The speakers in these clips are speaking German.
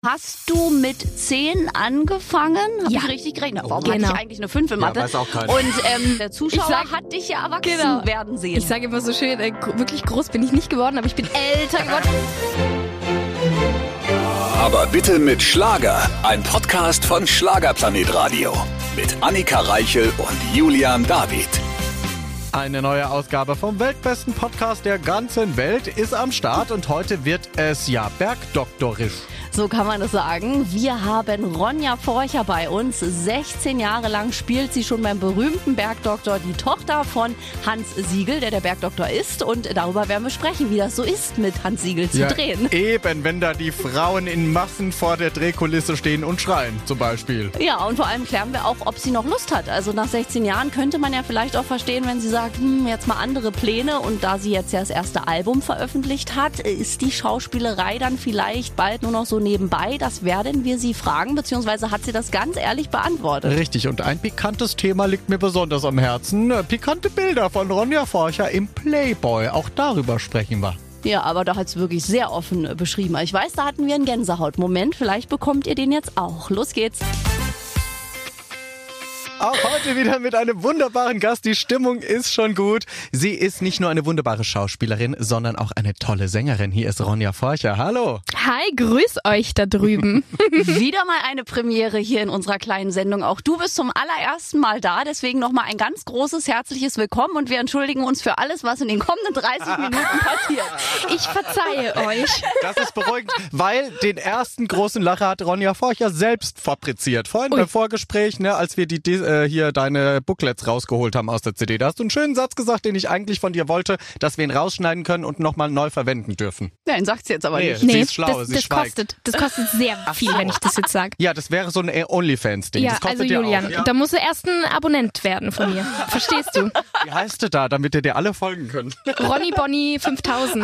Hast du mit 10 angefangen? Hab ich richtig gerechnet? Warum hatte ich eigentlich eine 5 in Mathe? Ja, weiß auch keiner. Und der Zuschauer hat dich ja erwachsen werden sehen. Ich sage immer so schön, wirklich groß bin ich nicht geworden, aber ich bin älter geworden. Aber bitte mit Schlager. Ein Podcast von Schlagerplanet Radio. Mit Annika Reichel und Julian David. Eine neue Ausgabe vom weltbesten Podcast der ganzen Welt ist am Start und heute wird es ja bergdoktorisch. So kann man es sagen. Wir haben Ronja Forcher bei uns. 16 Jahre lang spielt sie schon beim berühmten Bergdoktor, die Tochter von Hans Siegel, der Bergdoktor ist. Und darüber werden wir sprechen, wie das so ist, mit Hans Siegel zu drehen. Eben, wenn da die Frauen in Massen vor der Drehkulisse stehen und schreien, zum Beispiel. Ja, und vor allem klären wir auch, ob sie noch Lust hat. Also nach 16 Jahren könnte man ja vielleicht auch verstehen, wenn sie sagt, jetzt mal andere Pläne. Und da sie jetzt ja das erste Album veröffentlicht hat, ist die Schauspielerei dann vielleicht bald nur noch so nebenbei. Das werden wir sie fragen, beziehungsweise hat sie das ganz ehrlich beantwortet. Richtig, und ein pikantes Thema liegt mir besonders am Herzen. Pikante Bilder von Ronja Forcher im Playboy. Auch darüber sprechen wir. Ja, aber da hat es wirklich sehr offen beschrieben. Ich weiß, da hatten wir einen Gänsehautmoment. Vielleicht bekommt ihr den jetzt auch. Los geht's. Auch heute wieder mit einem wunderbaren Gast. Die Stimmung ist schon gut. Sie ist nicht nur eine wunderbare Schauspielerin, sondern auch eine tolle Sängerin. Hier ist Ronja Forcher. Hallo. Hi, grüß euch da drüben. Wieder mal eine Premiere hier in unserer kleinen Sendung. Auch du bist zum allerersten Mal da. Deswegen nochmal ein ganz großes, herzliches Willkommen. Und wir entschuldigen uns für alles, was in den kommenden 30 Minuten passiert. Ich verzeihe euch. Das ist beruhigend, weil den ersten großen Lacher hat Ronja Forcher selbst fabriziert. Vorhin beim Vorgespräch, als wir hier deine Booklets rausgeholt haben aus der CD. Da hast du einen schönen Satz gesagt, den ich eigentlich von dir wollte, dass wir ihn rausschneiden können und nochmal neu verwenden dürfen. Ja, den sagt sie jetzt aber nicht. Nee, sie ist schlau, sie schweigt. Das kostet sehr viel, wenn ich das jetzt sage. Ja, das wäre so ein OnlyFans-Ding. Ja, das kostet also Julian, auch, ja? da musst du erst ein Abonnent werden von mir. Verstehst du? Wie heißt du da, damit dir alle folgen können? Ronny Bonny 5000.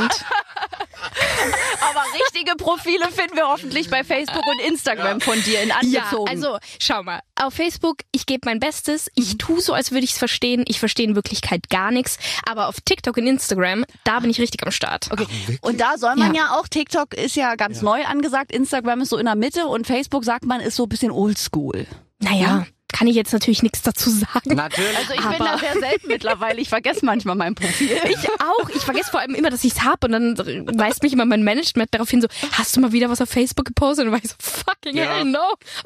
Aber richtige Profile finden wir hoffentlich bei Facebook und Instagram von dir in angezogen. Ja, also schau mal, auf Facebook, ich gebe mein Bestes, ich tue so, als würde ich es verstehen, ich verstehe in Wirklichkeit gar nichts, aber auf TikTok und Instagram, da bin ich richtig am Start. Okay. Und da soll man ja auch, TikTok ist ja ganz neu angesagt, Instagram ist so in der Mitte und Facebook, sagt man, ist so ein bisschen oldschool. Naja, kann ich jetzt natürlich nichts dazu sagen. Natürlich. Also ich bin da sehr selten mittlerweile. Ich vergesse manchmal mein Profil. Ich auch. Ich vergesse vor allem immer, dass ich es habe. Und dann weist mich immer mein Management darauf hin, so, hast du mal wieder was auf Facebook gepostet? Und dann war ich so, fucking hell no.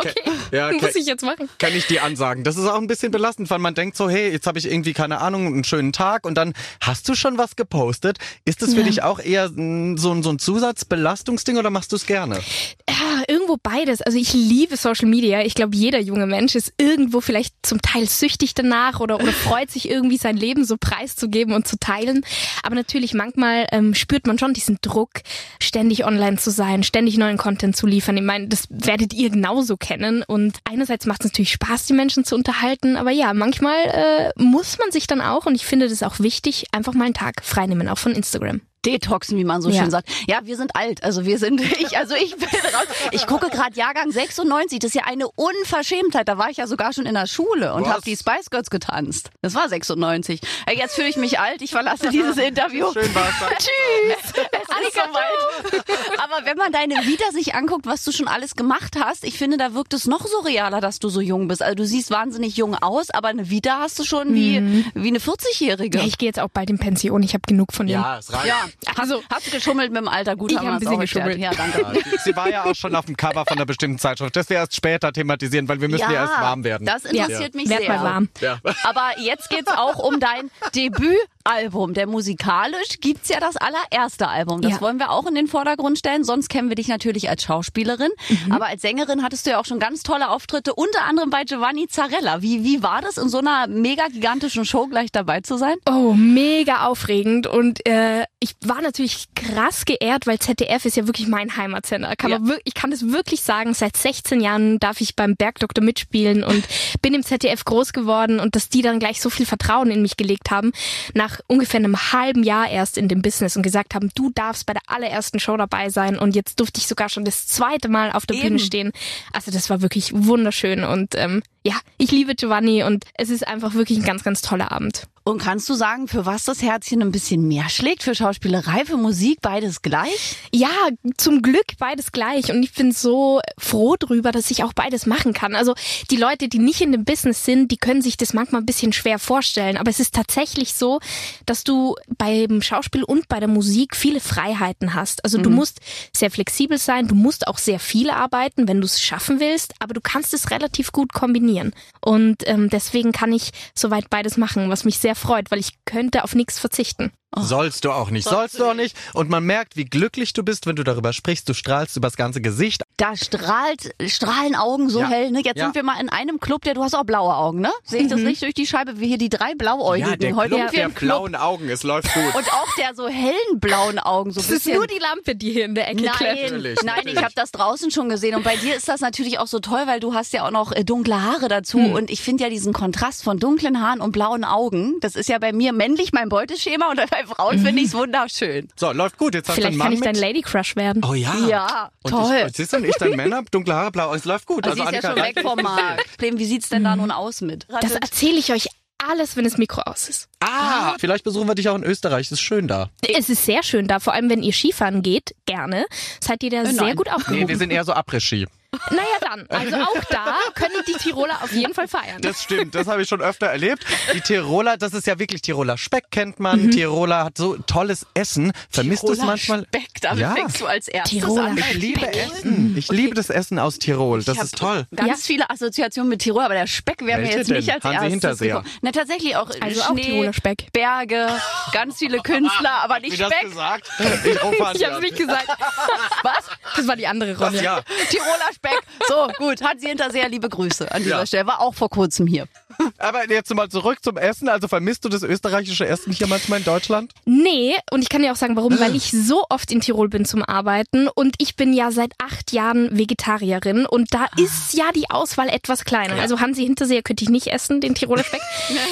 Okay, muss ich jetzt machen. Kann ich die ansagen. Das ist auch ein bisschen belastend, weil man denkt so, hey, jetzt habe ich irgendwie, keine Ahnung, einen schönen Tag und dann hast du schon was gepostet. Ist das für dich auch eher so ein Zusatzbelastungsding oder machst du es gerne? Ja, irgendwo beides. Also ich liebe Social Media. Ich glaube, jeder junge Mensch ist irgendwo vielleicht zum Teil süchtig danach oder freut sich irgendwie, sein Leben so preiszugeben und zu teilen. Aber natürlich manchmal spürt man schon diesen Druck, ständig online zu sein, ständig neuen Content zu liefern. Ich meine, das werdet ihr genauso kennen. Und einerseits macht es natürlich Spaß, die Menschen zu unterhalten. Aber ja, manchmal muss man sich dann auch, und ich finde das auch wichtig, einfach mal einen Tag freinehmen, auch von Instagram. Detoxen, wie man so schön sagt. Ja, wir sind alt. Also ich bin raus. Ich gucke gerade Jahrgang 96. Das ist ja eine Unverschämtheit. Da war ich ja sogar schon in der Schule und habe die Spice Girls getanzt. Das war 96. Jetzt fühle ich mich alt. Ich verlasse dieses Interview. Schön war's. Tschüss. Es ist soweit. Aber wenn man deine Vita sich anguckt, was du schon alles gemacht hast, ich finde, da wirkt es noch surrealer, dass du so jung bist. Also du siehst wahnsinnig jung aus, aber eine Vita hast du schon wie eine 40-Jährige. Ja, ich gehe jetzt auch bald in Pension. Ich habe genug von dem. Ja, es reicht. Ja. Hast du geschummelt mit dem Alter? Gut, ich haben wir ein es bisschen auch geschummelt. erklärt. Ja, danke. Sie war ja auch schon auf dem Cover von einer bestimmten Zeitschrift. Das wir erst später thematisieren, weil wir müssen ja erst warm werden. Das interessiert mich Werd sehr. mal warm. Ja. Aber jetzt geht's auch um dein Debütalbum. Denn musikalisch gibt's ja das allererste Album. Das wollen wir auch in den Vordergrund stellen. Sonst kennen wir dich natürlich als Schauspielerin. Aber als Sängerin hattest du ja auch schon ganz tolle Auftritte, unter anderem bei Giovanni Zarella. Wie war das, in so einer mega gigantischen Show gleich dabei zu sein? Oh, mega aufregend. Und ich war natürlich krass geehrt, weil ZDF ist ja wirklich mein Heimatsender. Ich kann das wirklich sagen, seit 16 Jahren darf ich beim Bergdoktor mitspielen und bin im ZDF groß geworden und dass die dann gleich so viel Vertrauen in mich gelegt haben, nach ungefähr einem halben Jahr erst in dem Business und gesagt haben, du darfst bei der allerersten Show dabei sein und jetzt durfte ich sogar schon das zweite Mal auf der Bühne stehen. Also das war wirklich wunderschön und ja, ich liebe Giovanni und es ist einfach wirklich ein ganz, ganz toller Abend. Und kannst du sagen, für was das Herzchen ein bisschen mehr schlägt? Für Schauspielerei, für Musik, beides gleich? Ja, zum Glück beides gleich. Und ich bin so froh drüber, dass ich auch beides machen kann. Also die Leute, die nicht in dem Business sind, die können sich das manchmal ein bisschen schwer vorstellen. Aber es ist tatsächlich so, dass du beim Schauspiel und bei der Musik viele Freiheiten hast. Also du musst sehr flexibel sein, du musst auch sehr viel arbeiten, wenn du es schaffen willst. Aber du kannst es relativ gut kombinieren. Und deswegen kann ich soweit beides machen, was mich sehr freut, weil ich könnte auf nichts verzichten. Sollst du auch nicht. Sollst du auch nicht. Und man merkt, wie glücklich du bist, wenn du darüber sprichst. Du strahlst übers ganze Gesicht. Da strahlen Augen so hell. Ne? Jetzt sind wir mal in einem Club, du hast auch blaue Augen, ne? Sehe ich das nicht durch die Scheibe? Wie hier die 3 Blauäugigen. Ja, der heute Club der blauen Augen. Es läuft gut. Und auch der so hellen blauen Augen. So das ist nur die Lampe, die hier in der Ecke klebt. Nein, ich habe das draußen schon gesehen. Und bei dir ist das natürlich auch so toll, weil du hast ja auch noch dunkle Haare dazu. Und ich finde ja diesen Kontrast von dunklen Haaren und blauen Augen, das ist ja bei mir männlich mein Beuteschema und bei Frauen finde ich es wunderschön. So, läuft gut. Jetzt hast Vielleicht du einen Mann kann ich mit. dein Lady Crush werden. Oh ja. Ja, und toll. Siehst du, ich dann Männer, dunkle Haare, blau. Es läuft gut. Also sie ist ja schon weg vom Markt. Wie sieht's denn da nun aus mit? Das erzähle ich euch alles, wenn das Mikro aus ist. Vielleicht besuchen wir dich auch in Österreich. Es ist schön da. Es ist sehr schön da, vor allem wenn ihr Skifahren geht, gerne. Seid ihr da sehr gut aufgehoben. Nee, wir sind eher so Après-Ski. Naja dann, also auch da können die Tiroler auf jeden Fall feiern. Das stimmt, das habe ich schon öfter erlebt. Die Tiroler, das ist ja wirklich Tiroler Speck, kennt man. Tiroler hat so tolles Essen. Vermisst du es manchmal? Speck, damit fängst du als erstes Tiroler an. Ich liebe Essen. Ich liebe das Essen aus Tirol. Das ist toll. Ganz viele Assoziationen mit Tirol, aber der Speck wäre mir Welche jetzt denn? nicht als Hansi erstes Hinterseer. gekommen. Na tatsächlich auch Also auch Schnee, Tiroler Speck. Berge, ganz viele Künstler, aber nicht Wie das Speck. gesagt? Ich hab's nicht gesagt. Was? Das war die andere Ronja. Ja. Tiroler Speck. So, gut. Hansi Hinterseer, liebe Grüße an dieser Stelle. War auch vor kurzem hier. Aber jetzt mal zurück zum Essen. Also vermisst du das österreichische Essen hier manchmal in Deutschland? Nee, und ich kann dir auch sagen, warum. Weil ich so oft in Tirol bin zum Arbeiten und ich bin ja seit 8 Jahren Vegetarierin und da ist ja die Auswahl etwas kleiner. Also Hansi Hinterseer könnte ich nicht essen, den Tiroler Speck.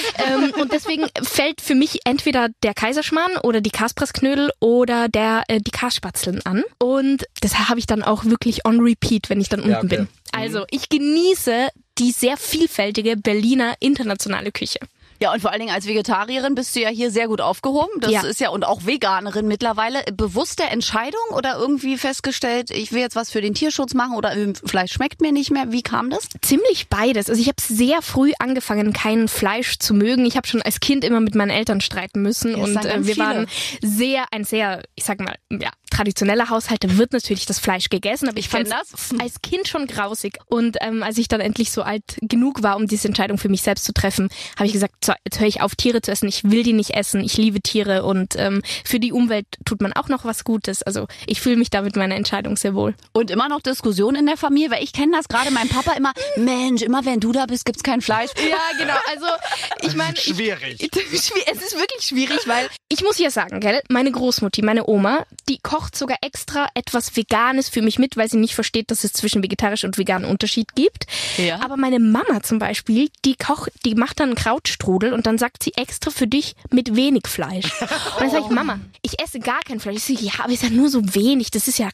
Und deswegen fällt für mich entweder der Kaiserschmarrn oder die Kaspersknödel oder die Kasspatzeln an. Und das habe ich dann auch wirklich on repeat, wenn ich dann unten bin. Also ich genieße die sehr vielfältige Berliner internationale Küche. Ja, und vor allen Dingen als Vegetarierin bist du ja hier sehr gut aufgehoben. Das ist ja, und auch Veganerin mittlerweile. Bewusste Entscheidung oder irgendwie festgestellt, ich will jetzt was für den Tierschutz machen oder Fleisch schmeckt mir nicht mehr. Wie kam das? Ziemlich beides. Also ich habe sehr früh angefangen, kein Fleisch zu mögen. Ich habe schon als Kind immer mit meinen Eltern streiten müssen und wir waren ein sehr, ich sag mal, traditioneller Haushalt. Da wird natürlich das Fleisch gegessen, aber ich fand das als Kind schon grausig. Und als ich dann endlich so alt genug war, um diese Entscheidung für mich selbst zu treffen, habe ich gesagt, so, jetzt höre ich auf, Tiere zu essen. Ich will die nicht essen. Ich liebe Tiere und für die Umwelt tut man auch noch was Gutes. Also ich fühle mich da mit meiner Entscheidung sehr wohl. Und immer noch Diskussionen in der Familie, weil ich kenne das gerade, mein Papa immer, Mensch, immer wenn du da bist, gibt's kein Fleisch. Ja, genau. Also ich meine, schwierig. Es ist wirklich schwierig, weil ich muss ja sagen, gell, meine Großmutti, meine Oma, die kocht sogar extra etwas Veganes für mich mit, weil sie nicht versteht, dass es zwischen vegetarisch und vegan einen Unterschied gibt. Ja. Aber meine Mama zum Beispiel, die macht dann einen Krautstrudel und dann sagt sie extra für dich mit wenig Fleisch. Und dann sage ich, Mama, ich esse gar kein Fleisch. Ich sage, ja, aber ist ja nur so wenig. Das ist ja,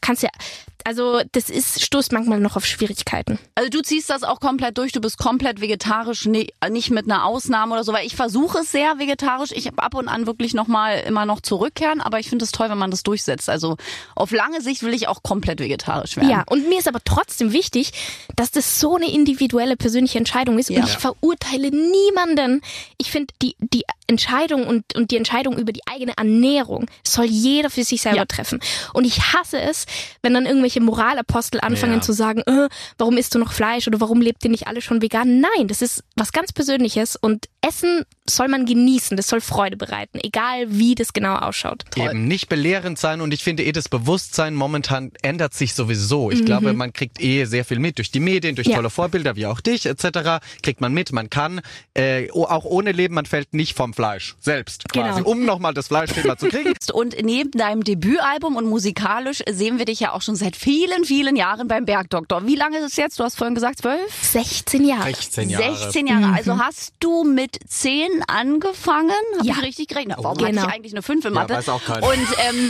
stoßt manchmal noch auf Schwierigkeiten. Also du ziehst das auch komplett durch, du bist komplett vegetarisch, nicht mit einer Ausnahme oder so, weil ich versuche es sehr vegetarisch. Ich habe ab und an wirklich immer noch zurückkehren, aber ich finde es toll, wenn man das durchsetzt. Also auf lange Sicht will ich auch komplett vegetarisch werden. Ja, und mir ist aber trotzdem wichtig, dass das so eine individuelle persönliche Entscheidung ist. Ja. Und ich verurteile niemanden. Ich finde, die Entscheidung und die Entscheidung über die eigene Ernährung soll jeder für sich selber treffen. Und ich hasse es, wenn dann irgendwelche Moralapostel anfangen zu sagen, warum isst du noch Fleisch oder warum lebt ihr nicht alle schon vegan? Nein, das ist was ganz Persönliches und Essen soll man genießen, das soll Freude bereiten, egal wie das genau ausschaut. Eben nicht belehrend sein und ich finde das Bewusstsein momentan ändert sich sowieso. Ich glaube, man kriegt sehr viel mit durch die Medien, durch tolle Vorbilder wie auch dich etc. Kriegt man mit, man kann auch ohne Leben, man fällt nicht vom Fleisch selbst quasi, um nochmal das Fleischthema zu kriegen. Und neben deinem Debütalbum und musikalisch sehen wir dich ja auch schon seit vielen, vielen Jahren beim Bergdoktor. Wie lange ist es jetzt? Du hast vorhin gesagt 12? 16 Jahre. 16 Jahre. 16 Jahre. Also hast du mit 10 angefangen? Hab ich richtig gerechnet? Warum hatte ich eigentlich eine 5 in Mathe? Ja, weiß auch keiner. Und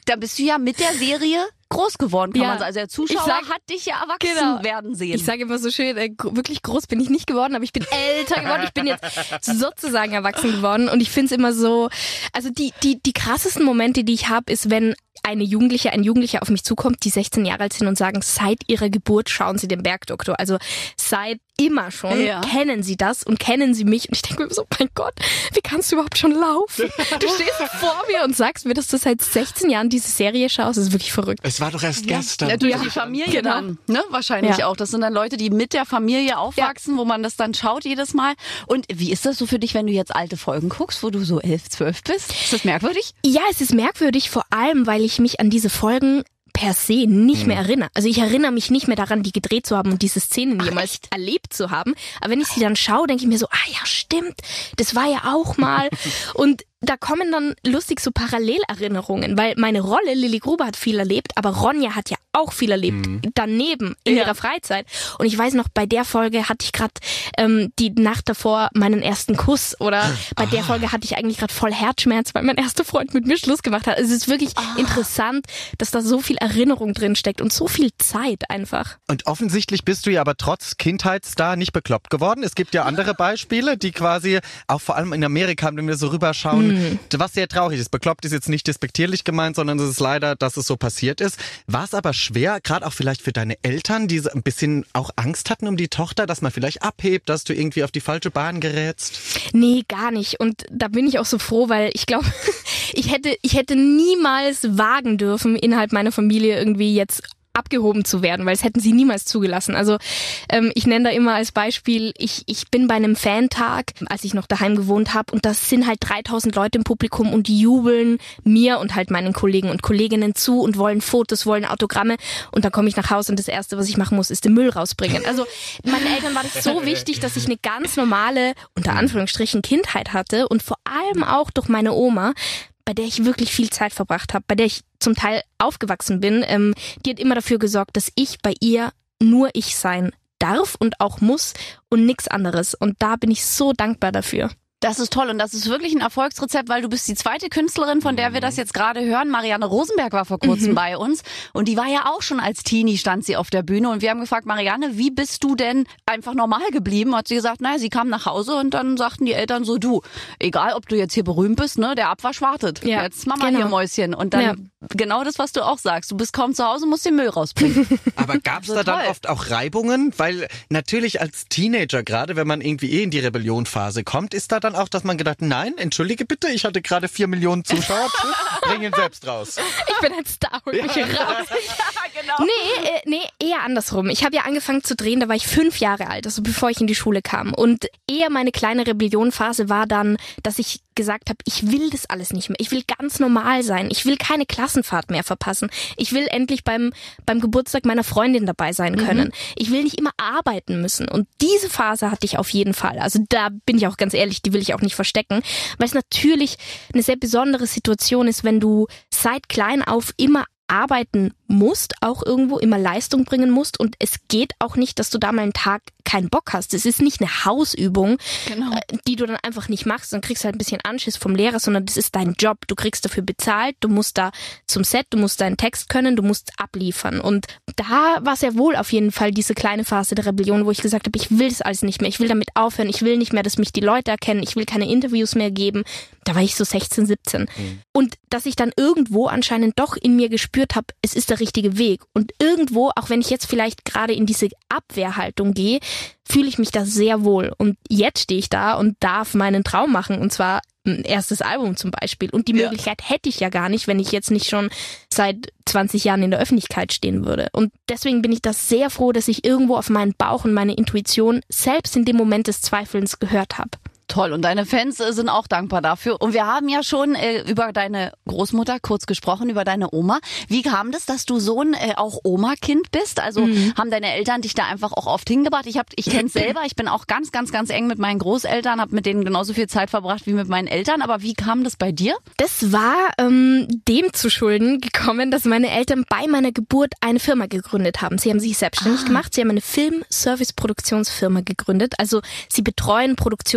Da bist du ja mit der Serie groß geworden, kann man sagen. Also der Zuschauer hat dich ja erwachsen werden sehen. Ich sage immer so schön, wirklich groß bin ich nicht geworden, aber ich bin älter geworden. Ich bin jetzt sozusagen erwachsen geworden und ich finde es immer so, also die krassesten Momente, die ich habe, ist, wenn ein Jugendlicher auf mich zukommt, die 16 Jahre alt sind und sagen, seit ihrer Geburt schauen sie den Bergdoktor. Also seit immer schon kennen sie das und kennen sie mich. Und ich denke mir so, mein Gott, wie kannst du überhaupt schon laufen? Du stehst vor mir und sagst mir, dass du seit 16 Jahren diese Serie schaust. Das ist wirklich verrückt. Es war doch erst gestern. Ja, durch die Familie dann, ne? Wahrscheinlich auch. Das sind dann Leute, die mit der Familie aufwachsen, wo man das dann schaut jedes Mal. Und wie ist das so für dich, wenn du jetzt alte Folgen guckst, wo du so 11, 12 bist? Ist das merkwürdig? Ja, es ist merkwürdig, vor allem, weil ich mich an diese Folgen per se nicht mehr erinnere. Also ich erinnere mich nicht mehr daran, die gedreht zu haben und diese Szenen jemals erlebt zu haben. Aber wenn ich sie dann schaue, denke ich mir so, ja stimmt, das war ja auch mal. Und da kommen dann lustig so Parallelerinnerungen, weil meine Rolle, Lilly Gruber, hat viel erlebt, aber Ronja hat ja auch viel erlebt, daneben, in ihrer Freizeit. Und ich weiß noch, bei der Folge hatte ich gerade die Nacht davor meinen ersten Kuss oder bei der Folge hatte ich eigentlich gerade voll Herzschmerz, weil mein erster Freund mit mir Schluss gemacht hat. Es ist wirklich interessant, dass da so viel Erinnerung drin steckt und so viel Zeit einfach. Und offensichtlich bist du ja aber trotz Kindheitsstar nicht bekloppt geworden. Es gibt ja andere Beispiele, die quasi, auch vor allem in Amerika, wenn wir so rüberschauen, was sehr traurig ist. Bekloppt ist jetzt nicht despektierlich gemeint, sondern es ist leider, dass es so passiert ist. War es aber schwer, gerade auch vielleicht für deine Eltern, die ein bisschen auch Angst hatten um die Tochter, dass man vielleicht abhebt, dass du irgendwie auf die falsche Bahn gerätst? Nee, gar nicht. Und da bin ich auch so froh, weil ich glaube, ich hätte niemals wagen dürfen, innerhalb meiner Familie irgendwie jetzt abgehoben zu werden, weil es hätten sie niemals zugelassen. Also ich nenne da immer als Beispiel, ich bin bei einem Fantag, als ich noch daheim gewohnt habe und das sind halt 3000 Leute im Publikum und die jubeln mir und halt meinen Kollegen und Kolleginnen zu und wollen Fotos, wollen Autogramme und dann komme ich nach Hause und das Erste, was ich machen muss, ist den Müll rausbringen. Also meinen Eltern war das so wichtig, dass ich eine ganz normale, unter Anführungsstrichen, Kindheit hatte und vor allem auch durch meine Oma, bei der ich wirklich viel Zeit verbracht habe, bei der ich zum Teil aufgewachsen bin, die hat immer dafür gesorgt, dass ich bei ihr nur ich sein darf und auch muss und nichts anderes. Und da bin ich so dankbar dafür. Das ist toll und das ist wirklich ein Erfolgsrezept, weil du bist die zweite Künstlerin, von der wir das jetzt gerade hören. Marianne Rosenberg war vor kurzem bei uns und die war ja auch schon als Teenie, stand sie auf der Bühne und wir haben gefragt, Marianne, wie bist du denn einfach normal geblieben? Hat sie gesagt, naja, sie kam nach Hause und dann sagten die Eltern so, du, egal ob du jetzt hier berühmt bist, ne, der Abwasch wartet. Ja, jetzt Mama hier Mäuschen und dann genau das, was du auch sagst. Du bist kaum zu Hause, musst den Müll rausbringen. Aber gab's da dann oft auch Reibungen? Weil natürlich als Teenager, gerade wenn man irgendwie in die Rebellionphase kommt, ist da dann auch, dass man gedacht, nein, entschuldige bitte, ich hatte gerade 4 Millionen Zuschauer, bring ihn selbst raus. Ich bin ein Star, hol mich hier raus. Ja, genau. Nee, eher andersrum. Ich habe ja angefangen zu drehen, da war ich 5 Jahre alt, also bevor ich in die Schule kam. Und eher meine kleine Rebellionphase war dann, dass ich gesagt habe, ich will das alles nicht mehr. Ich will ganz normal sein. Ich will keine Klassenfahrt mehr verpassen. Ich will endlich beim Geburtstag meiner Freundin dabei sein können. Ich will nicht immer arbeiten müssen. Und diese Phase hatte ich auf jeden Fall. Also da bin ich auch ganz ehrlich, die will ich auch nicht verstecken, weil es natürlich eine sehr besondere Situation ist, wenn du seit klein auf immer arbeiten musst, auch irgendwo immer Leistung bringen musst und es geht auch nicht, dass du da mal einen Tag keinen Bock hast. Es ist nicht eine Hausübung, die du dann einfach nicht machst und kriegst halt ein bisschen Anschiss vom Lehrer, sondern das ist dein Job. Du kriegst dafür bezahlt, du musst da zum Set, du musst deinen Text können, du musst abliefern. Und da war sehr wohl auf jeden Fall diese kleine Phase der Rebellion, wo ich gesagt habe, ich will das alles nicht mehr, ich will damit aufhören, ich will nicht mehr, dass mich die Leute erkennen, ich will keine Interviews mehr geben. Da war ich so 16, 17. Und dass ich dann irgendwo anscheinend doch in mir gespürt habe, es ist der richtige Weg. Und irgendwo, auch wenn ich jetzt vielleicht gerade in diese Abwehrhaltung gehe, fühle ich mich da sehr wohl. Und jetzt stehe ich da und darf meinen Traum machen. Und zwar ein erstes Album zum Beispiel. Und die Möglichkeit hätte ich ja gar nicht, wenn ich jetzt nicht schon seit 20 Jahren in der Öffentlichkeit stehen würde. Und deswegen bin ich da sehr froh, dass ich irgendwo auf meinen Bauch und meine Intuition selbst in dem Moment des Zweifelns gehört habe. Toll. Und deine Fans sind auch dankbar dafür. Und wir haben ja schon über deine Großmutter kurz gesprochen, über deine Oma. Wie kam das, dass du so ein auch Oma-Kind bist? Also haben deine Eltern dich da einfach auch oft hingebracht? Ich kenne es selber. Ich bin auch ganz, ganz, ganz eng mit meinen Großeltern, habe mit denen genauso viel Zeit verbracht wie mit meinen Eltern. Aber wie kam das bei dir? Das war dem zu Schulden gekommen, dass meine Eltern bei meiner Geburt eine Firma gegründet haben. Sie haben sich selbstständig gemacht. Sie haben eine Film-Service-Produktionsfirma gegründet. Also sie betreuen Produktionen, die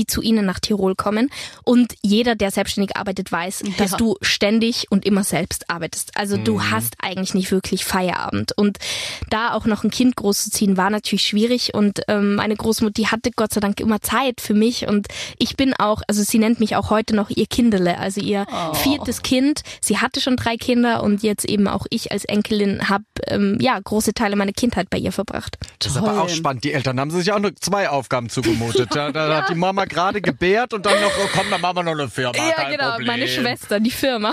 zu ihnen nach Tirol kommen. Und jeder, der selbstständig arbeitet, weiß, dass du ständig und immer selbst arbeitest. Also du hast eigentlich nicht wirklich Feierabend. Und da auch noch ein Kind großzuziehen, war natürlich schwierig. Und meine Großmutter, die hatte Gott sei Dank immer Zeit für mich. Und ich bin auch, also sie nennt mich auch heute noch ihr Kinderle, also ihr 4. Kind. Sie hatte schon 3 Kinder und jetzt eben auch ich als Enkelin habe große Teile meiner Kindheit bei ihr verbracht. Das ist aber auch spannend. Die Eltern haben sich auch noch 2 Aufgaben zugemutet. Da hat die Mama gerade gebärt und dann noch, komm, dann machen wir noch eine Firma. Ja, genau, Problem. meine Schwester, die Firma.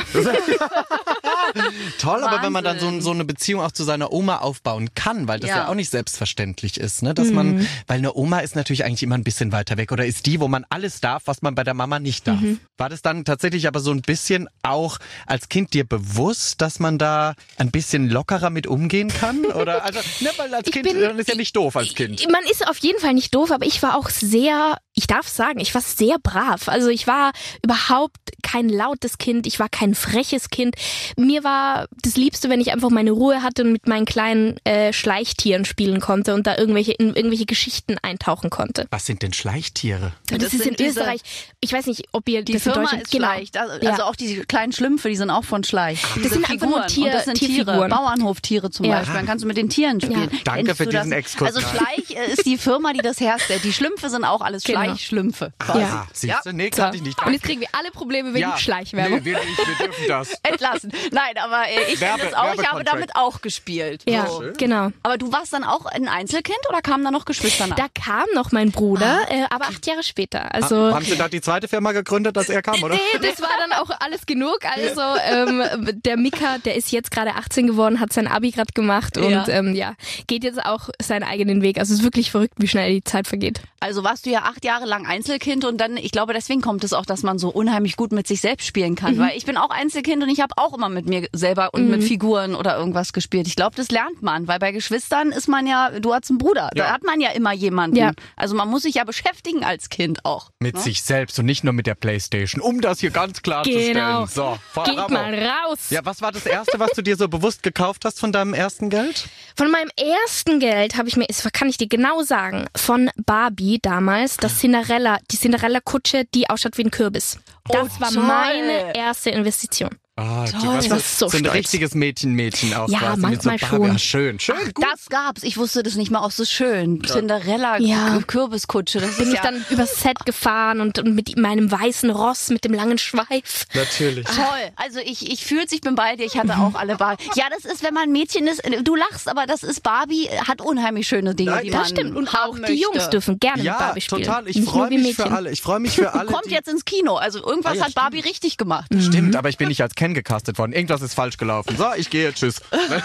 Toll, aber wenn man dann so eine Beziehung auch zu seiner Oma aufbauen kann, weil das ja auch nicht selbstverständlich ist, ne? Dass man, weil eine Oma ist natürlich eigentlich immer ein bisschen weiter weg oder ist die, wo man alles darf, was man bei der Mama nicht darf. War das dann tatsächlich aber so ein bisschen auch als Kind dir bewusst, dass man da ein bisschen lockerer mit umgehen kann? Oder also, ne, weil als Kind dann ist ja nicht doof als Kind. Man ist auf jeden Fall nicht doof, aber ich war auch sehr, ich darf sagen, ich war sehr brav. Also ich war überhaupt kein lautes Kind, ich war kein freches Kind. Mir war das Liebste, wenn ich einfach meine Ruhe hatte und mit meinen kleinen Schleichtieren spielen konnte und da in irgendwelche Geschichten eintauchen konnte. Was sind denn Schleichtiere? Das ist in Österreich. Ich weiß nicht, ob ihr die das Firma in Deutschland... ist Schleich. Also auch die kleinen Schlümpfe, die sind auch von Schleich. Das sind einfach nur das sind Tiere, Bauernhoftiere zum Beispiel. Dann kannst du mit den Tieren spielen. Ja. Danke für diesen Exkurs. Also Schleich ist die Firma, die das herstellt. Die Schlümpfe sind auch alles Schleichschlümpfe. Ja. Siehst du? Nee, kannte ich nicht. Und jetzt kriegen wir alle Probleme wegen Schleichwerbung. Nee, wir dürfen das. Entlassen. Nein, aber ich kenne das auch. Ich habe damit auch gespielt. Ja, genau. Aber du warst dann auch ein Einzelkind oder kamen da noch Geschwister nach? Da kam noch mein Bruder, aber 8 Jahre später. Also haben Sie da die zweite Firma gegründet, dass er kam, oder? Nee, das war dann auch alles genug. Also der Mika, der ist jetzt gerade 18 geworden, hat sein Abi gerade gemacht und geht jetzt auch seinen eigenen Weg. Also es ist wirklich verrückt, wie schnell die Zeit vergeht. Also warst du ja 8 Jahre lang Einzelkind und dann, ich glaube, deswegen kommt es auch, dass man so unheimlich gut mit sich selbst spielen kann. Weil ich bin auch Einzelkind und ich habe auch immer mit mir selber und mit Figuren oder irgendwas gespielt. Ich glaube, das lernt man, weil bei Geschwistern ist man ja, du hast einen Bruder, da hat man ja immer jemanden. Ja. Also man muss sich ja beschäftigen als Kind auch. Mit sich selbst und nicht nur mit der Playstation, um das hier ganz klar zu stellen. So, geht mal raus. Ja, was war das Erste, was du dir so bewusst gekauft hast von deinem ersten Geld? Von meinem ersten Geld habe ich mir, das kann ich dir genau sagen, von Barbie damals, die Cinderella-Kutsche, die ausschaut wie ein Kürbis. Das war meine erste Investition. Toll. Ich war so ein stolz. richtiges Mädchen auch. Ja, quasi manchmal mit so Barbie. schon. Schön, gut. Das gab's. Ich wusste das nicht mal auch so schön. Cinderella, Kürbiskutsche. Das Bin ist ich dann übers Set gefahren und mit meinem weißen Ross mit dem langen Schweif. Natürlich. Toll. Also ich fühl's, ich bin bei dir. Ich hatte auch alle Barbie. Ja, das ist, wenn man ein Mädchen ist, du lachst, aber das ist Barbie, hat unheimlich schöne Dinge, die man Das stimmt. Und haben auch möchte. die Jungs dürfen gerne mit Barbie spielen. Ja, total. Ich Nicht freue nur wir mich für Mädchen. alle. Ich freue mich für alle. Kommt jetzt ins Kino. Also irgendwas hat Barbie richtig gemacht. Stimmt, aber ich bin nicht als Ken gecastet worden. Irgendwas ist falsch gelaufen. So, ich gehe. Tschüss.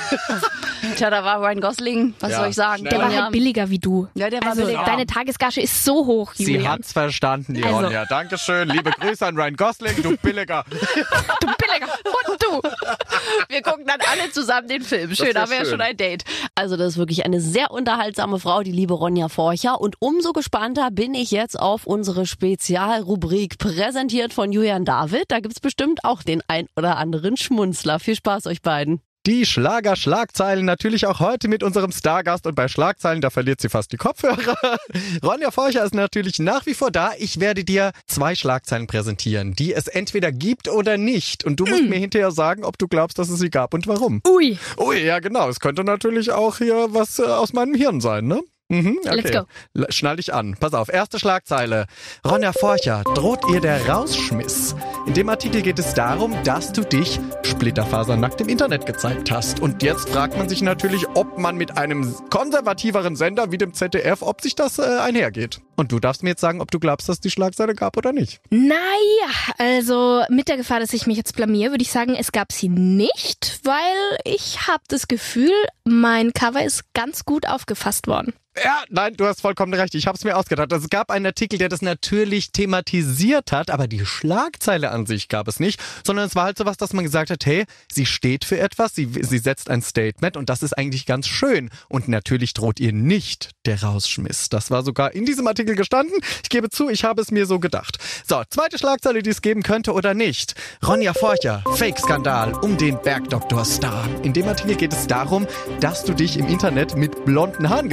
Tja, da war Ryan Gosling. Was soll ich sagen? Der war halt billiger wie du. Ja, der war also billiger. Deine Tagesgage ist so hoch, Julian. Sie hat's verstanden, die Also. Ronja. Dankeschön. Liebe Grüße an Ryan Gosling, du Billiger. Du billiger. Und du. Wir gucken dann alle zusammen den Film. Schön, wär da wäre schön. schon ein Date. Also das ist wirklich eine sehr unterhaltsame Frau, die liebe Ronja Forcher. Und umso gespannter bin ich jetzt auf unsere Spezialrubrik, präsentiert von Julian David. Da gibt's bestimmt auch den ein oder anderen Schmunzler. Viel Spaß euch beiden. Die Schlager-Schlagzeilen natürlich auch heute mit unserem Stargast und bei Schlagzeilen, da verliert sie fast die Kopfhörer. Ronja Forcher ist natürlich nach wie vor da. Ich werde dir 2 Schlagzeilen präsentieren, die es entweder gibt oder nicht. Und du musst mir hinterher sagen, ob du glaubst, dass es sie gab und warum. Ui. Ui, ja genau. Es könnte natürlich auch hier was aus meinem Hirn sein, ne? Okay. Let's go. Schnall dich an. Pass auf, erste Schlagzeile. Ronja Forcher, droht ihr der Rausschmiss? In dem Artikel geht es darum, dass du dich splitterfasernackt im Internet gezeigt hast. Und jetzt fragt man sich natürlich, ob man mit einem konservativeren Sender wie dem ZDF, ob sich das einhergeht. Und du darfst mir jetzt sagen, ob du glaubst, dass es die Schlagzeile gab oder nicht. Naja, also mit der Gefahr, dass ich mich jetzt blamier, würde ich sagen, es gab sie nicht, weil ich habe das Gefühl, mein Cover ist ganz gut aufgefasst worden. Ja, nein, du hast vollkommen recht. Ich habe es mir ausgedacht. Es gab einen Artikel, der das natürlich thematisiert hat, aber die Schlagzeile an sich gab es nicht, sondern es war halt sowas, dass man gesagt hat, hey, sie steht für etwas, sie setzt ein Statement und das ist eigentlich ganz schön. Und natürlich droht ihr nicht der Rausschmiss. Das war sogar in diesem Artikel gestanden. Ich gebe zu, ich habe es mir so gedacht. So, zweite Schlagzeile, die es geben könnte oder nicht. Ronja Forcher, Fake-Skandal um den Bergdoktor-Star. In dem Artikel geht es darum, dass du dich im Internet mit blonden Haaren gezeigt hast.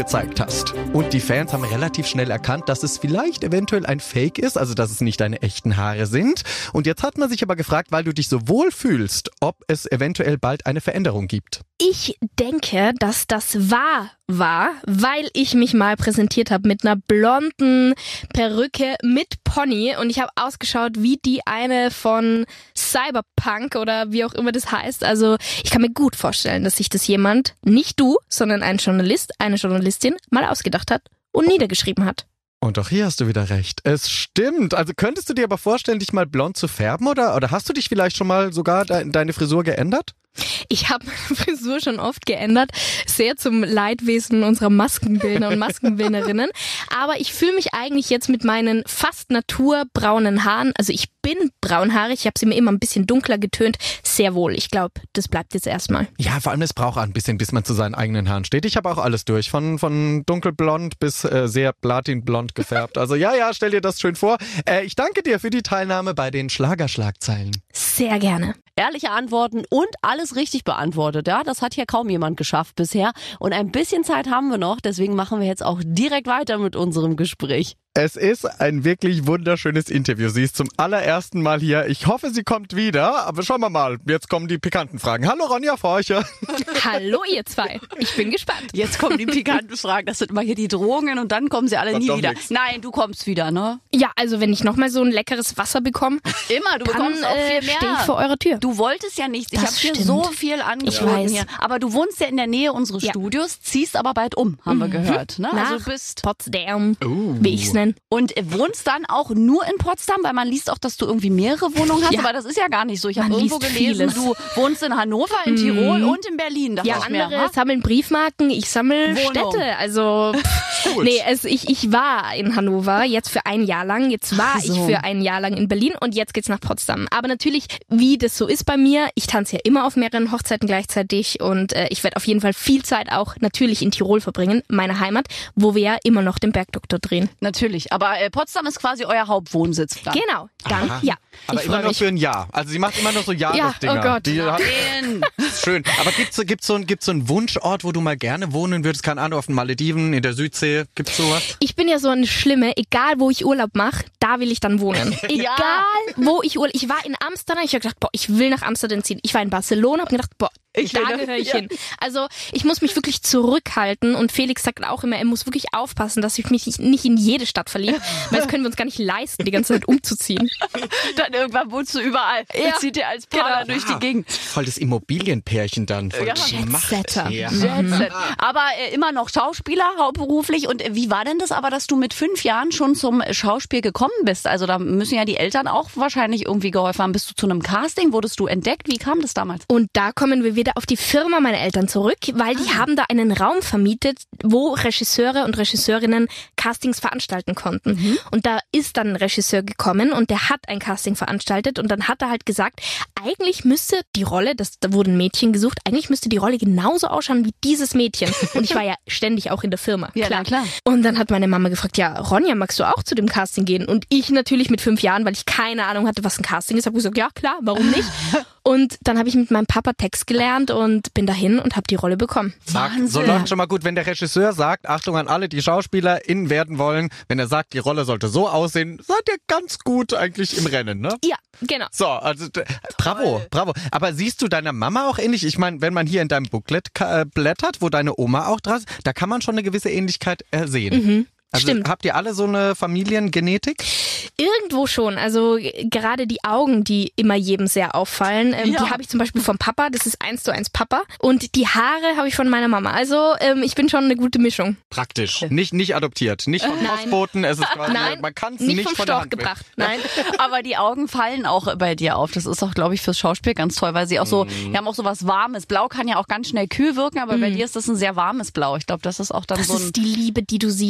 hast. Und die Fans haben relativ schnell erkannt, dass es vielleicht eventuell ein Fake ist, also dass es nicht deine echten Haare sind. Und jetzt hat man sich aber gefragt, weil du dich so wohl fühlst, ob es eventuell bald eine Veränderung gibt. Ich denke, dass das wahr war, weil ich mich mal präsentiert habe mit einer blonden Perücke mit Pony und ich habe ausgeschaut wie die eine von Cyberpunk oder wie auch immer das heißt. Also ich kann mir gut vorstellen, dass sich das jemand, nicht du, sondern ein Journalist, eine Journalistin, mal ausgedacht hat und niedergeschrieben hat. Und auch hier hast du wieder recht. Es stimmt. Also könntest du dir aber vorstellen, dich mal blond zu färben oder hast du dich vielleicht schon mal sogar deine Frisur geändert? Ich habe meine Frisur schon oft geändert, sehr zum Leidwesen unserer Maskenbildner und Maskenbildnerinnen. Aber ich fühle mich eigentlich jetzt mit meinen fast naturbraunen Haaren, also ich bin braunhaarig, ich habe sie mir immer ein bisschen dunkler getönt, sehr wohl. Ich glaube, das bleibt jetzt erstmal. Ja, vor allem es braucht ein bisschen, bis man zu seinen eigenen Haaren steht. Ich habe auch alles durch, von dunkelblond bis sehr platinblond gefärbt. Also ja, stell dir das schön vor. Ich danke dir für die Teilnahme bei den Schlagerschlagzeilen. Sehr gerne. Ehrliche Antworten und alles richtig beantwortet. Ja, das hat hier kaum jemand geschafft bisher. Und ein bisschen Zeit haben wir noch, deswegen machen wir jetzt auch direkt weiter mit unserem Gespräch. Es ist ein wirklich wunderschönes Interview. Sie ist zum allerersten Mal hier. Ich hoffe, sie kommt wieder. Aber schauen wir mal. Jetzt kommen die pikanten Fragen. Hallo Ronja Forcher. Hallo ihr zwei. Ich bin gespannt. Jetzt kommen die pikanten Fragen. Das sind immer hier die Drohungen und dann kommen sie alle nie wieder. Nix. Nein, du kommst wieder, ne? Ja, also wenn ich nochmal so ein leckeres Wasser bekomme, immer, du bekommst auch viel mehr. Stehe ich vor eurer Tür. Du wolltest ja nichts. Ich habe dir so viel angeboten hier. Aber du wohnst ja in der Nähe unseres Studios, ziehst aber bald um, haben wir gehört. Ne? Also du bist Potsdam, wie ich es nenne. Und wohnst dann auch nur in Potsdam, weil man liest auch, dass du irgendwie mehrere Wohnungen hast, aber das ist ja gar nicht so. Ich habe irgendwo gelesen, du wohnst in Hannover, in Tirol und in Berlin. Ja, andere sammeln Briefmarken, ich sammle Städte. Also nee, ich war in Hannover jetzt für ein Jahr lang, jetzt war ich für ein Jahr lang in Berlin und jetzt geht's nach Potsdam. Aber natürlich, wie das so ist bei mir, ich tanze ja immer auf mehreren Hochzeiten gleichzeitig und ich werde auf jeden Fall viel Zeit auch natürlich in Tirol verbringen, meine Heimat, wo wir ja immer noch den Bergdoktor drehen. Natürlich, aber Potsdam ist quasi euer Hauptwohnsitz. Dann. Genau, dann, ja. Aber immer nur für ein Jahr. Also sie macht immer noch so Jahresdinger. Ja, oh Gott. Schön. Aber gibt's so einen Wunschort, wo du mal gerne wohnen würdest? Keine Ahnung, auf den Malediven, in der Südsee? Gibt's sowas? Ich bin ja so eine Schlimme, egal wo ich Urlaub mache, da will ich dann wohnen. Egal wo ich Urlaub. Ich war in Amsterdam, ich habe gedacht, ich will nach Amsterdam ziehen. Ich war in Barcelona, habe gedacht, da gehöre ich hin. Also ich muss mich wirklich zurückhalten und Felix sagt auch immer, er muss wirklich aufpassen, dass ich mich nicht in jede Stadt verliebe, weil das können wir uns gar nicht leisten, die ganze Zeit umzuziehen. Dann irgendwann wohnst du überall. Ja. Zieht ihr als Paar durch die Gegend. Voll das Immobilienpärchen dann. Voll Jetsetter. Jetset. Aber immer noch Schauspieler, hauptberuflich. Und wie war denn das aber, dass du mit 5 Jahren schon zum Schauspiel gekommen bist? Also da müssen ja die Eltern auch wahrscheinlich irgendwie geholfen haben. Bist du zu einem Casting? Wurdest du entdeckt? Wie kam das damals? Und da kommen wir wieder auf die Firma meiner Eltern zurück, weil die haben da einen Raum vermietet, wo Regisseure und Regisseurinnen Castings veranstalten konnten. Und da ist dann ein Regisseur gekommen und der hat ein Casting veranstaltet und dann hat er halt gesagt, eigentlich müsste die Rolle, da wurde ein Mädchen gesucht, eigentlich müsste die Rolle genauso ausschauen wie dieses Mädchen. Und ich war ja ständig auch in der Firma. Ja, klar. Und dann hat meine Mama gefragt, ja, Ronja, magst du auch zu dem Casting gehen? Und ich natürlich mit 5 Jahren, weil ich keine Ahnung hatte, was ein Casting ist, habe gesagt, ja klar, warum nicht? Und dann habe ich mit meinem Papa Text gelernt und bin dahin und habe die Rolle bekommen. Wahnsinn. So läuft schon mal gut, wenn der Regisseur sagt, Achtung an alle, die SchauspielerInnen werden wollen, wenn er sagt, die Rolle sollte so aussehen, seid ihr ganz gut eigentlich im Rennen, ne? Ja, genau. So, also bravo. Aber siehst du deiner Mama auch ähnlich? Ich meine, wenn man hier in deinem Booklet blättert, wo deine Oma auch dran ist, da kann man schon eine gewisse Ähnlichkeit sehen. Also stimmt. Habt ihr alle so eine Familiengenetik? Irgendwo schon. Also gerade die Augen, die immer jedem sehr auffallen, die habe ich zum Beispiel vom Papa. Das ist 1:1 Papa. Und die Haare habe ich von meiner Mama. Also ich bin schon eine gute Mischung. Praktisch. Nicht adoptiert. Nicht von Postboten. Es ist quasi, man kann es nicht vom von der Storch Hand gebracht. Nein. Aber die Augen fallen auch bei dir auf. Das ist auch, glaube ich, fürs Schauspiel ganz toll, weil sie auch so, die haben auch so was Warmes. Blau kann ja auch ganz schnell kühl wirken, aber bei dir ist das ein sehr warmes Blau. Ich glaube, das ist auch dann das so ein... Das ist die Liebe, die du siehst.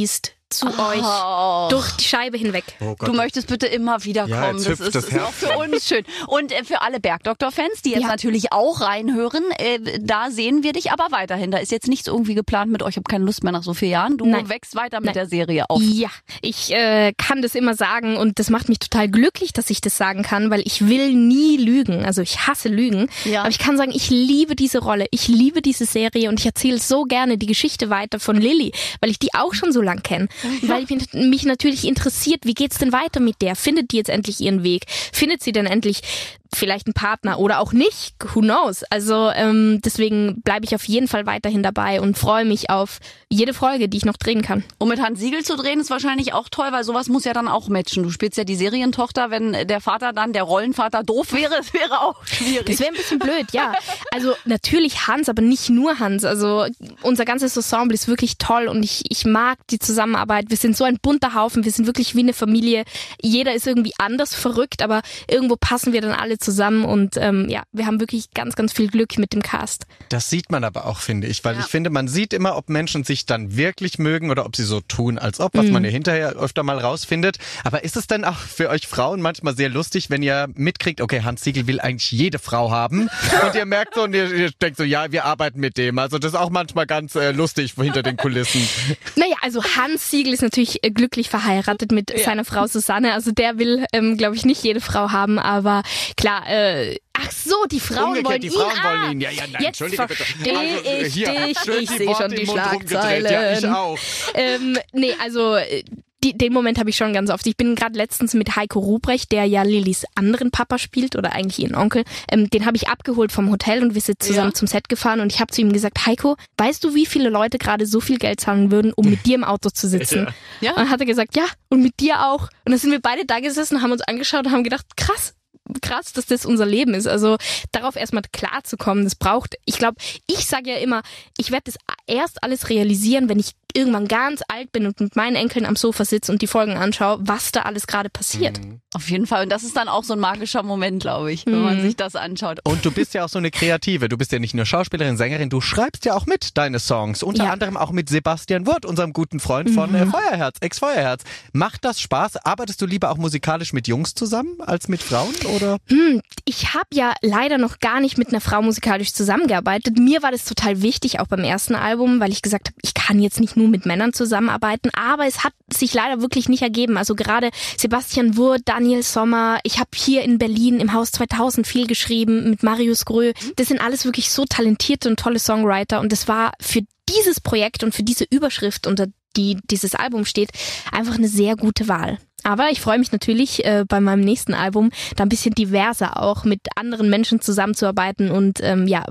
zu euch durch die Scheibe hinweg. Oh Gott. Du möchtest bitte immer wieder kommen. Ja, Das ist auch für uns schön. Und für alle Bergdoktor-Fans, die jetzt natürlich auch reinhören, da sehen wir dich aber weiterhin. Da ist jetzt nichts irgendwie geplant mit euch. Ich habe keine Lust mehr nach so vielen Jahren. Du wächst weiter mit der Serie auf. Ja, ich kann das immer sagen und das macht mich total glücklich, dass ich das sagen kann, weil ich will nie lügen. Also ich hasse Lügen. Ja. Aber ich kann sagen, ich liebe diese Rolle. Ich liebe diese Serie und ich erzähle so gerne die Geschichte weiter von Lilly, weil ich die auch schon so lang kenne. Weil mich natürlich interessiert, wie geht's denn weiter mit der? Findet die jetzt endlich ihren Weg? Findet sie denn endlich vielleicht einen Partner oder auch nicht? Who knows? Also deswegen bleibe ich auf jeden Fall weiterhin dabei und freue mich auf jede Folge, die ich noch drehen kann. Und mit Hans Siegel zu drehen ist wahrscheinlich auch toll, weil sowas muss ja dann auch matchen. Du spielst ja die Serientochter, wenn der Vater dann, der Rollenvater doof wäre, das wäre auch schwierig. Das wäre ein bisschen blöd, ja. Also natürlich Hans, aber nicht nur Hans. Also unser ganzes Ensemble ist wirklich toll und ich mag die Zusammenarbeit. Wir sind so ein bunter Haufen, wir sind wirklich wie eine Familie. Jeder ist irgendwie anders verrückt, aber irgendwo passen wir dann alle zusammen und wir haben wirklich ganz, ganz viel Glück mit dem Cast. Das sieht man aber auch, finde ich, weil ich finde, man sieht immer, ob Menschen sich dann wirklich mögen oder ob sie so tun, als ob, was man ja hinterher öfter mal rausfindet. Aber ist es denn auch für euch Frauen manchmal sehr lustig, wenn ihr mitkriegt, okay, Hans Siegel will eigentlich jede Frau haben und ihr merkt so und ihr denkt so, ja, wir arbeiten mit dem. Also das ist auch manchmal ganz lustig hinter den Kulissen. Naja, also Hans Siegel ist natürlich glücklich verheiratet mit seiner Frau Susanne. Also der will, glaube ich, nicht jede Frau haben, aber klar, ach so, die Frauen wollen ihn. Wollen ihn. Ja, nein, jetzt entschuldige bitte. Verstehe ich dich. Ich sehe schon die Schlagzeilen. Ja, ich auch. Nee, also den Moment habe ich schon ganz oft. Ich bin gerade letztens mit Heiko Ruprecht, der ja Lillys anderen Papa spielt oder eigentlich ihren Onkel. Den habe ich abgeholt vom Hotel und wir sind zusammen zum Set gefahren und ich habe zu ihm gesagt, Heiko, weißt du, wie viele Leute gerade so viel Geld zahlen würden, um mit dir im Auto zu sitzen? Ja. Und dann hat er gesagt, ja, und mit dir auch. Und dann sind wir beide da gesessen, haben uns angeschaut und haben gedacht, krass, dass das unser Leben ist. Also darauf erstmal klar zu kommen, das braucht, ich glaube, ich sage ja immer, ich werde das erst alles realisieren, wenn ich irgendwann ganz alt bin und mit meinen Enkeln am Sofa sitze und die Folgen anschaue, was da alles gerade passiert. Auf jeden Fall. Und das ist dann auch so ein magischer Moment, glaube ich, wenn man sich das anschaut. Und du bist ja auch so eine Kreative. Du bist ja nicht nur Schauspielerin, Sängerin, du schreibst ja auch mit deine Songs. Unter anderem auch mit Sebastian Wirth, unserem guten Freund von Feuerherz, Ex-Feuerherz. Macht das Spaß? Arbeitest du lieber auch musikalisch mit Jungs zusammen als mit Frauen? Oder? Ich habe ja leider noch gar nicht mit einer Frau musikalisch zusammengearbeitet. Mir war das total wichtig, auch beim ersten Album, weil ich gesagt habe, ich kann jetzt nicht nur mit Männern zusammenarbeiten, aber es hat sich leider wirklich nicht ergeben. Also gerade Sebastian Wirth, Daniel Sommer, ich habe hier in Berlin im Haus 2000 viel geschrieben mit Marius Grö. Das sind alles wirklich so talentierte und tolle Songwriter und das war für dieses Projekt und für diese Überschrift, unter die dieses Album steht, einfach eine sehr gute Wahl. Aber ich freue mich natürlich bei meinem nächsten Album da ein bisschen diverser auch mit anderen Menschen zusammenzuarbeiten und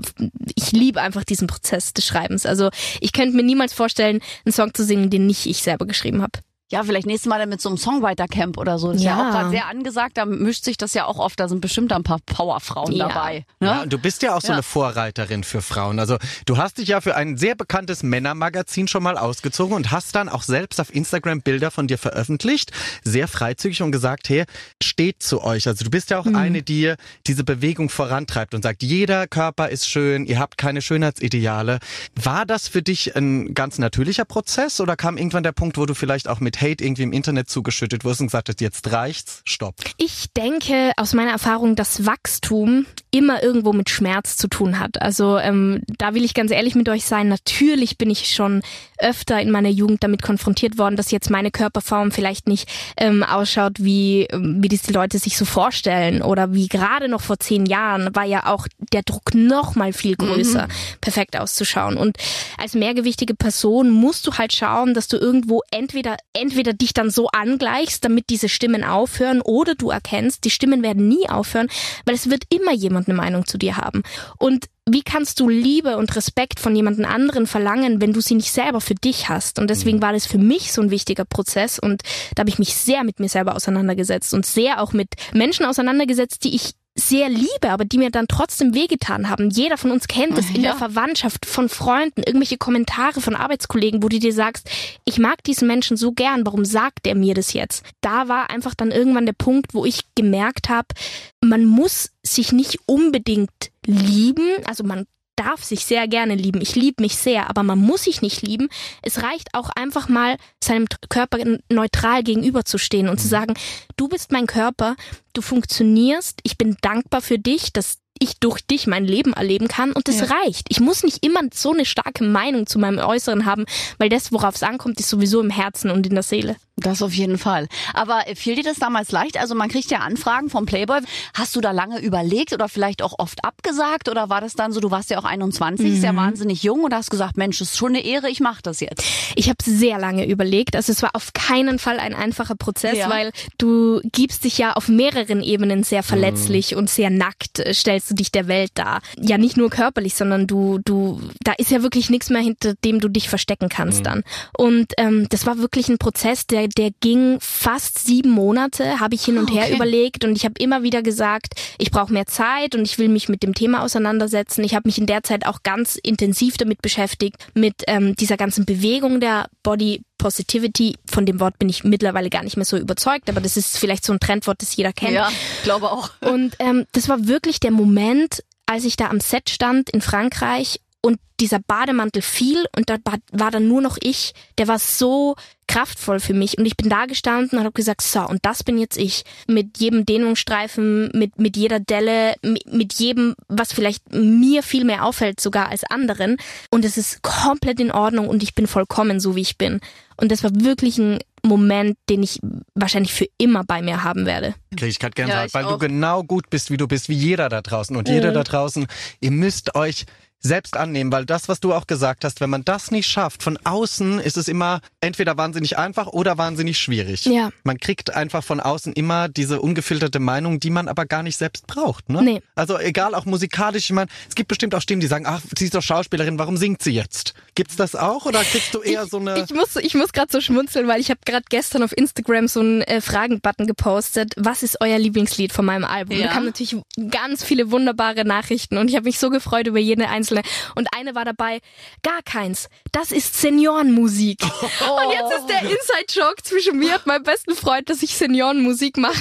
ich liebe einfach diesen Prozess des Schreibens. Also ich könnte mir niemals vorstellen, einen Song zu singen, den nicht ich selber geschrieben habe. Ja, vielleicht nächstes Mal dann mit so einem Songwriter-Camp oder so. Das ist ja auch gerade sehr angesagt, da mischt sich das ja auch oft, da sind bestimmt ein paar Powerfrauen dabei. Ne? Ja, und du bist ja auch so eine Vorreiterin für Frauen. Also du hast dich ja für ein sehr bekanntes Männermagazin schon mal ausgezogen und hast dann auch selbst auf Instagram Bilder von dir veröffentlicht, sehr freizügig und gesagt, hey, steht zu euch. Also du bist ja auch eine, die diese Bewegung vorantreibt und sagt, jeder Körper ist schön, ihr habt keine Schönheitsideale. War das für dich ein ganz natürlicher Prozess oder kam irgendwann der Punkt, wo du vielleicht auch mit Hate irgendwie im Internet zugeschüttet wirst und gesagt hast, jetzt reicht's, stopp? Ich denke aus meiner Erfahrung, dass Wachstum immer irgendwo mit Schmerz zu tun hat. Also da will ich ganz ehrlich mit euch sein. Natürlich bin ich schon öfter in meiner Jugend damit konfrontiert worden, dass jetzt meine Körperform vielleicht nicht ausschaut, wie das die Leute sich so vorstellen. Oder wie gerade noch vor 10 Jahren war ja auch der Druck noch mal viel größer, perfekt auszuschauen. Und als mehrgewichtige Person musst du halt schauen, dass du irgendwo entweder dich dann so angleichst, damit diese Stimmen aufhören, oder du erkennst, die Stimmen werden nie aufhören, weil es wird immer jemand eine Meinung zu dir haben. Und wie kannst du Liebe und Respekt von jemand anderen verlangen, wenn du sie nicht selber für dich hast? Und deswegen war das für mich so ein wichtiger Prozess und da habe ich mich sehr mit mir selber auseinandergesetzt und sehr auch mit Menschen auseinandergesetzt, die ich sehr liebe, aber die mir dann trotzdem wehgetan haben. Jeder von uns kennt es in der Verwandtschaft, von Freunden, irgendwelche Kommentare von Arbeitskollegen, wo du dir sagst, ich mag diesen Menschen so gern, warum sagt er mir das jetzt? Da war einfach dann irgendwann der Punkt, wo ich gemerkt habe, man muss sich nicht unbedingt lieben, also man darf sich sehr gerne lieben. Ich liebe mich sehr, aber man muss sich nicht lieben. Es reicht auch einfach mal, seinem Körper neutral gegenüberzustehen und zu sagen, du bist mein Körper, du funktionierst, ich bin dankbar für dich, dass ich durch dich mein Leben erleben kann und das reicht. Ich muss nicht immer so eine starke Meinung zu meinem Äußeren haben, weil das, worauf es ankommt, ist sowieso im Herzen und in der Seele. Das auf jeden Fall. Aber fiel dir das damals leicht? Also man kriegt ja Anfragen vom Playboy. Hast du da lange überlegt oder vielleicht auch oft abgesagt? Oder war das dann so, du warst ja auch 21, sehr wahnsinnig jung und hast gesagt, Mensch, das ist schon eine Ehre, ich mache das jetzt. Ich habe sehr lange überlegt. Also es war auf keinen Fall ein einfacher Prozess, weil du gibst dich ja auf mehreren Ebenen sehr verletzlich und sehr nackt, stellst du dich der Welt dar. Ja, nicht nur körperlich, sondern da ist ja wirklich nichts mehr, hinter dem du dich verstecken kannst dann. Und das war wirklich ein Prozess, der ging fast 7 Monate, habe ich hin und her überlegt und ich habe immer wieder gesagt, ich brauche mehr Zeit und ich will mich mit dem Thema auseinandersetzen. Ich habe mich in der Zeit auch ganz intensiv damit beschäftigt, mit dieser ganzen Bewegung der Body Positivity. Von dem Wort bin ich mittlerweile gar nicht mehr so überzeugt, aber das ist vielleicht so ein Trendwort, das jeder kennt. Ja, glaube auch. Und das war wirklich der Moment, als ich da am Set stand in Frankreich und dieser Bademantel fiel und da war dann nur noch ich, der war so kraftvoll für mich und ich bin da gestanden und habe gesagt, so, und das bin jetzt ich. Mit jedem Dehnungsstreifen, mit jeder Delle, mit jedem, was vielleicht mir viel mehr auffällt sogar als anderen und es ist komplett in Ordnung und ich bin vollkommen so, wie ich bin. Und das war wirklich ein Moment, den ich wahrscheinlich für immer bei mir haben werde. Krieg ich gerade Gänsehaut, weil du genau gut bist, wie du bist, wie jeder da draußen. Und jeder da draußen, ihr müsst euch selbst annehmen, weil das, was du auch gesagt hast, wenn man das nicht schafft, von außen ist es immer entweder wahnsinnig einfach oder wahnsinnig schwierig. Ja. Man kriegt einfach von außen immer diese ungefilterte Meinung, die man aber gar nicht selbst braucht. Ne? Nee. Also egal, auch musikalisch, ich meine, es gibt bestimmt auch Stimmen, die sagen, ach, sie ist doch Schauspielerin, warum singt sie jetzt? Gibt's das auch oder kriegst du eher so eine... Ich muss gerade so schmunzeln, weil ich habe gerade gestern auf Instagram so einen Fragen-Button gepostet. Was ist euer Lieblingslied von meinem Album? Ja. Da kamen natürlich ganz viele wunderbare Nachrichten und ich habe mich so gefreut über jede einzelne. Und eine war dabei, gar keins. Das ist Seniorenmusik. Und jetzt ist der Inside-Joke zwischen mir und meinem besten Freund, dass ich Seniorenmusik mache.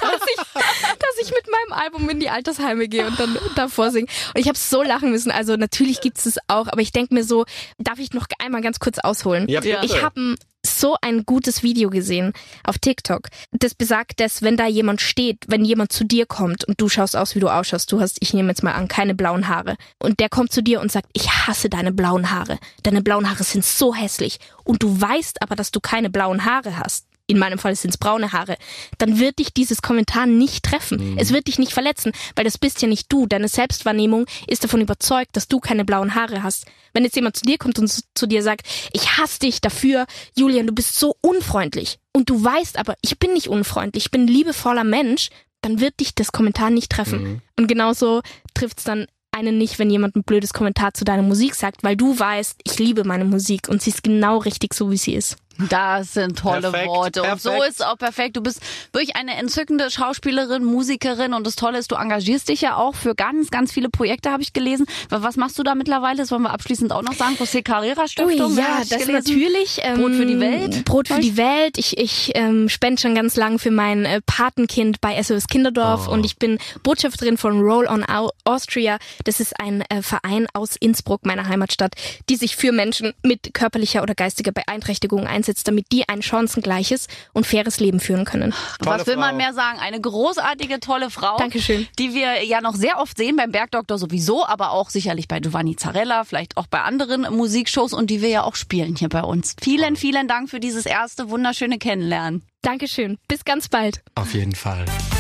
dass ich mit meinem Album in die Altersheime gehe und dann davor singe. Und ich habe so lachen müssen. Also natürlich gibt's es auch, aber ich denke mir so, darf ich noch einmal ganz kurz ausholen? Ja, bitte. Ich habe so ein gutes Video gesehen auf TikTok. Das besagt, dass wenn da jemand steht, wenn jemand zu dir kommt und du schaust aus, wie du ausschaust, ich nehme jetzt mal an, keine blauen Haare. Und der kommt zu dir und sagt, ich hasse deine blauen Haare. Deine blauen Haare sind so hässlich. Und du weißt aber, dass du keine blauen Haare hast. In meinem Fall sind es braune Haare, dann wird dich dieses Kommentar nicht treffen. Es wird dich nicht verletzen, weil das bist ja nicht du. Deine Selbstwahrnehmung ist davon überzeugt, dass du keine blauen Haare hast. Wenn jetzt jemand zu dir kommt und zu dir sagt, ich hasse dich dafür, Julian, du bist so unfreundlich. Und du weißt aber, ich bin nicht unfreundlich, ich bin ein liebevoller Mensch, dann wird dich das Kommentar nicht treffen. Und genauso trifft es dann einen nicht, wenn jemand ein blödes Kommentar zu deiner Musik sagt, weil du weißt, ich liebe meine Musik und sie ist genau richtig so, wie sie ist. Das sind tolle Worte. Und so ist es auch perfekt. Du bist wirklich eine entzückende Schauspielerin, Musikerin und das Tolle ist, du engagierst dich ja auch für ganz, ganz viele Projekte, habe ich gelesen. Was machst du da mittlerweile? Das wollen wir abschließend auch noch sagen. José Carrera Stiftung. Ja, das natürlich. Brot für die Welt. Brot für die Welt. Ich spende schon ganz lang für mein Patenkind bei SOS Kinderdorf und ich bin Botschafterin von Roll on Austria. Das ist ein Verein aus Innsbruck, meiner Heimatstadt, die sich für Menschen mit körperlicher oder geistiger Beeinträchtigung einsetzt, damit die ein chancengleiches und faires Leben führen können. Was will man mehr sagen? Eine großartige, tolle Frau. Dankeschön. Die wir ja noch sehr oft sehen, beim Bergdoktor sowieso, aber auch sicherlich bei Giovanni Zarella, vielleicht auch bei anderen Musikshows und die wir ja auch spielen hier bei uns. Vielen, vielen Dank für dieses erste wunderschöne Kennenlernen. Dankeschön. Bis ganz bald. Auf jeden Fall.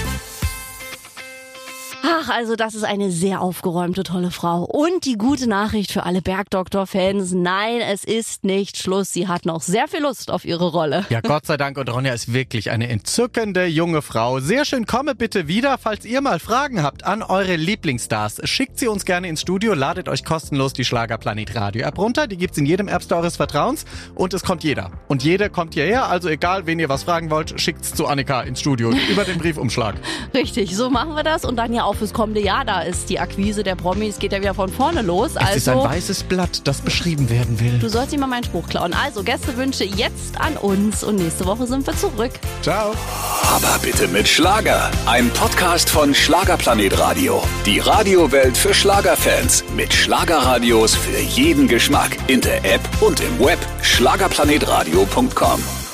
Ach, also das ist eine sehr aufgeräumte, tolle Frau. Und die gute Nachricht für alle Bergdoktor-Fans, nein, es ist nicht Schluss. Sie hat noch sehr viel Lust auf ihre Rolle. Ja, Gott sei Dank. Und Ronja ist wirklich eine entzückende junge Frau. Sehr schön, komme bitte wieder. Falls ihr mal Fragen habt an eure Lieblingsstars, schickt sie uns gerne ins Studio, ladet euch kostenlos die Schlagerplanet Radio App runter. Die gibt's in jedem App Store eures Vertrauens und es kommt jeder. Und jede kommt hierher, also egal, wen ihr was fragen wollt, schickt's zu Annika ins Studio über den Briefumschlag. Richtig, so machen wir das und dann ja auch fürs kommende Jahr, da ist die Akquise der Promis, geht ja wieder von vorne los. Es ist ein weißes Blatt, das beschrieben werden will. Du sollst nicht mal meinen Spruch klauen. Also Gästewünsche jetzt an uns und nächste Woche sind wir zurück. Ciao. Aber bitte mit Schlager. Ein Podcast von Schlagerplanet Radio. Die Radiowelt für Schlagerfans. Mit Schlagerradios für jeden Geschmack. In der App und im Web. schlagerplanetradio.com